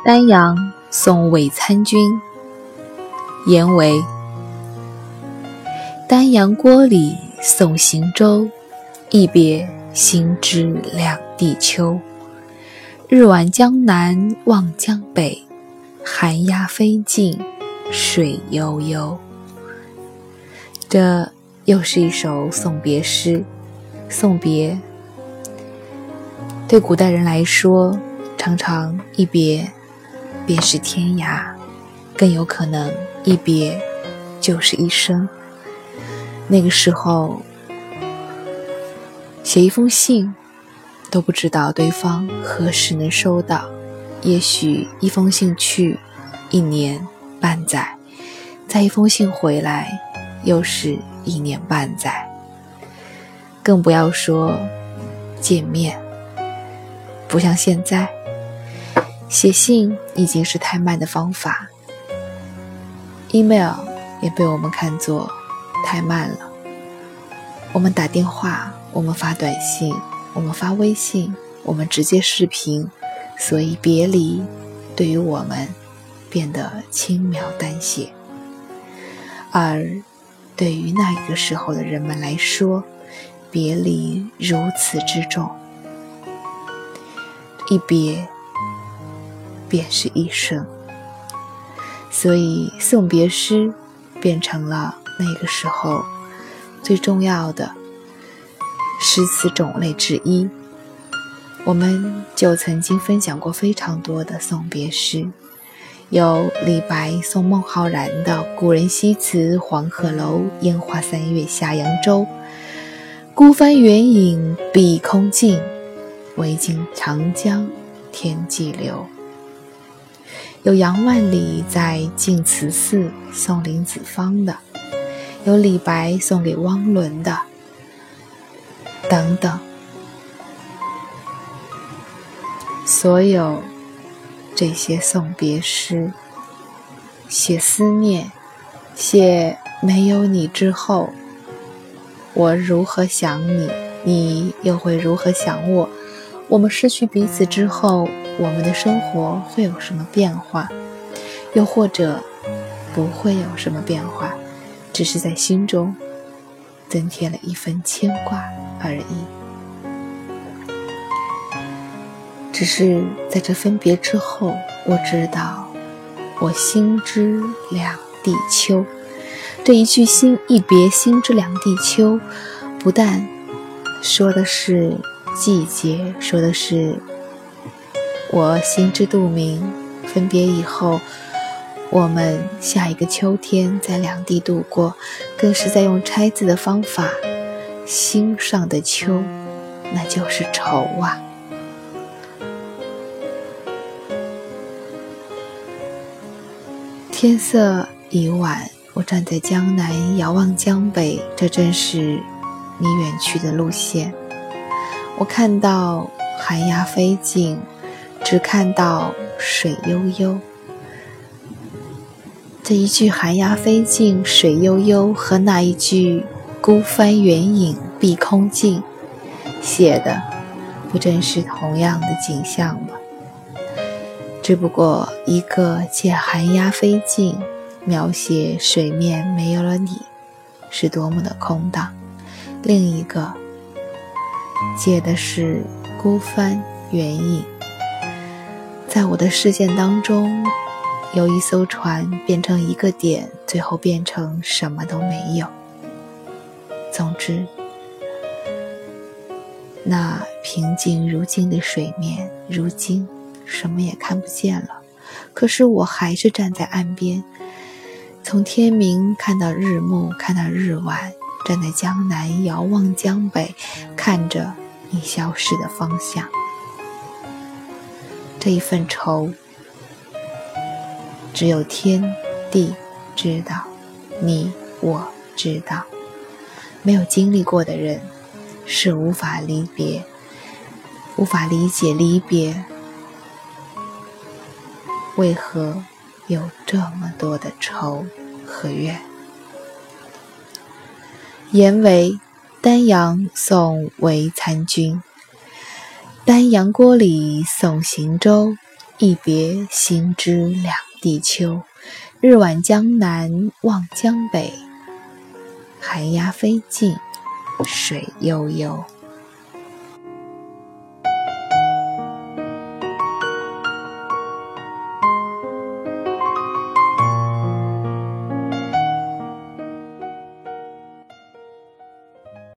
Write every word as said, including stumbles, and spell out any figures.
丹阳送韦参军。言为：丹阳郭里送行舟，一别心知两地秋。日晚江南望江北，寒鸦飞尽水悠悠。这又是一首送别诗。送别对古代人来说，常常一别便是天涯，更有可能一别就是一生。那个时候写一封信都不知道对方何时能收到，也许一封信去一年半载，再一封信回来又是一年半载，更不要说见面。不像现在，写信已经是太慢的方法， email 也被我们看作太慢了。我们打电话，我们发短信，我们发微信，我们直接视频，所以别离对于我们变得轻描淡写。而对于那个时候的人们来说，别离如此之重，一别便是一生。所以送别诗变成了那个时候最重要的诗词种类之一。我们就曾经分享过非常多的送别诗，有李白送孟浩然的故人西辞黄鹤楼，烟花三月下扬州，孤帆远影碧空尽，唯见长江天际流。有杨万里在净慈寺送林子方的，有李白送给汪伦的，等等。所有这些送别诗，写思念，写没有你之后我如何想你，你又会如何想我，我们失去彼此之后，我们的生活会有什么变化，又或者不会有什么变化，只是在心中增添了一份牵挂而已。只是在这分别之后，我知道我心知两地秋。这一句心一别心知两地秋，不但说的是季节，说的是我心知肚明，分别以后我们下一个秋天在两地度过，更是在用拆字的方法，心上的秋那就是愁啊。天色已晚，我站在江南遥望江北，这正是你远去的路线。我看到寒鸦飞尽，只看到水悠悠。这一句寒鸦飞尽水悠悠和那一句孤帆远影碧空尽，写的不正是同样的景象吗？只不过一个借寒鸦飞尽，描写水面没有了你是多么的空荡，另一个借的是孤帆远影。在我的视线当中，有一艘船变成一个点，最后变成什么都没有。总之，那平静如镜的水面，如今什么也看不见了，可是我还是站在岸边，从天明看到日暮，看到日晚，站在江南遥望江北，看着你消失的方向。这一份愁，只有天地知道，你我知道，没有经历过的人是无法离别，无法理解离别为何有这么多的愁和怨。言为：丹阳送韦参军。丹阳郭里送行舟， 一别心知两地秋。日晚江南望江北，寒鸦飞尽水悠悠。